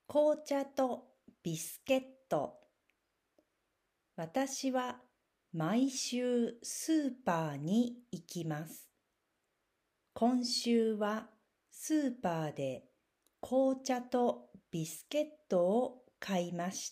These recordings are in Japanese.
紅茶とビスケット。私は毎週スーパーに行きます。今週はスーパーで紅茶とビスケットを買いました。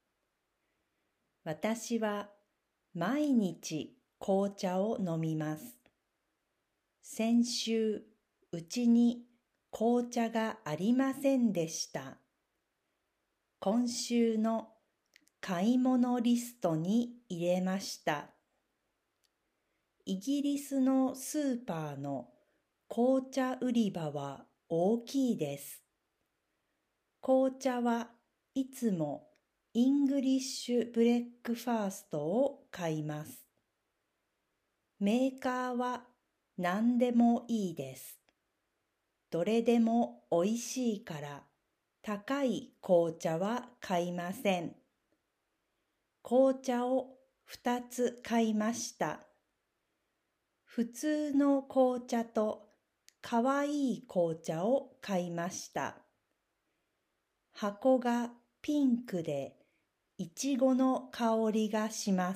私は毎日紅茶を飲みます。先週、うちに紅茶がありませんでした。今週の買い物リストに入れました。イギリスのスーパーの紅茶売り場は大きいです。紅茶はいつもイングリッシュブレックファーストを買います。メーカーは何でもいいです。どれでもおいしいから高い紅茶は買いません。紅茶を2つ買いました。普通の紅茶とかわいい紅茶を買いました。箱がピンクでいちごの香りがします。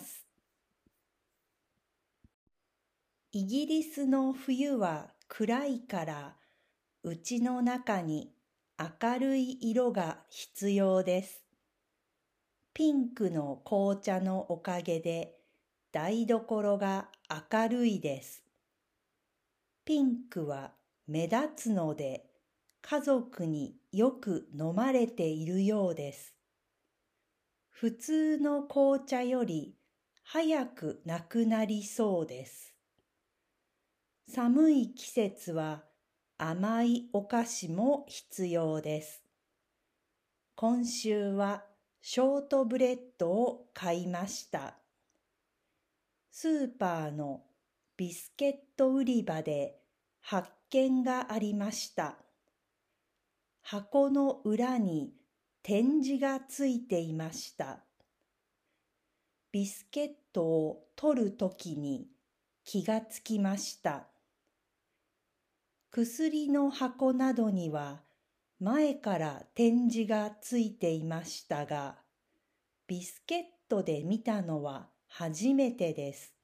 イギリスの冬は暗いからうちの中に明るい色が必要です。ピンクの紅茶のおかげで台所が明るいです。ピンクは目立つので家族によく飲まれているようです。普通の紅茶より早くなくなりそうです。寒い季節は甘いお菓子も必要です。今週はショートブレッドを買いました。スーパーのビスケット売り場で発見がありました。箱の裏に点字がついていました。ビスケットを取るときに気がつきました。薬の箱などには前から点字がついていましたが、ビスケットで見たのは初めてです。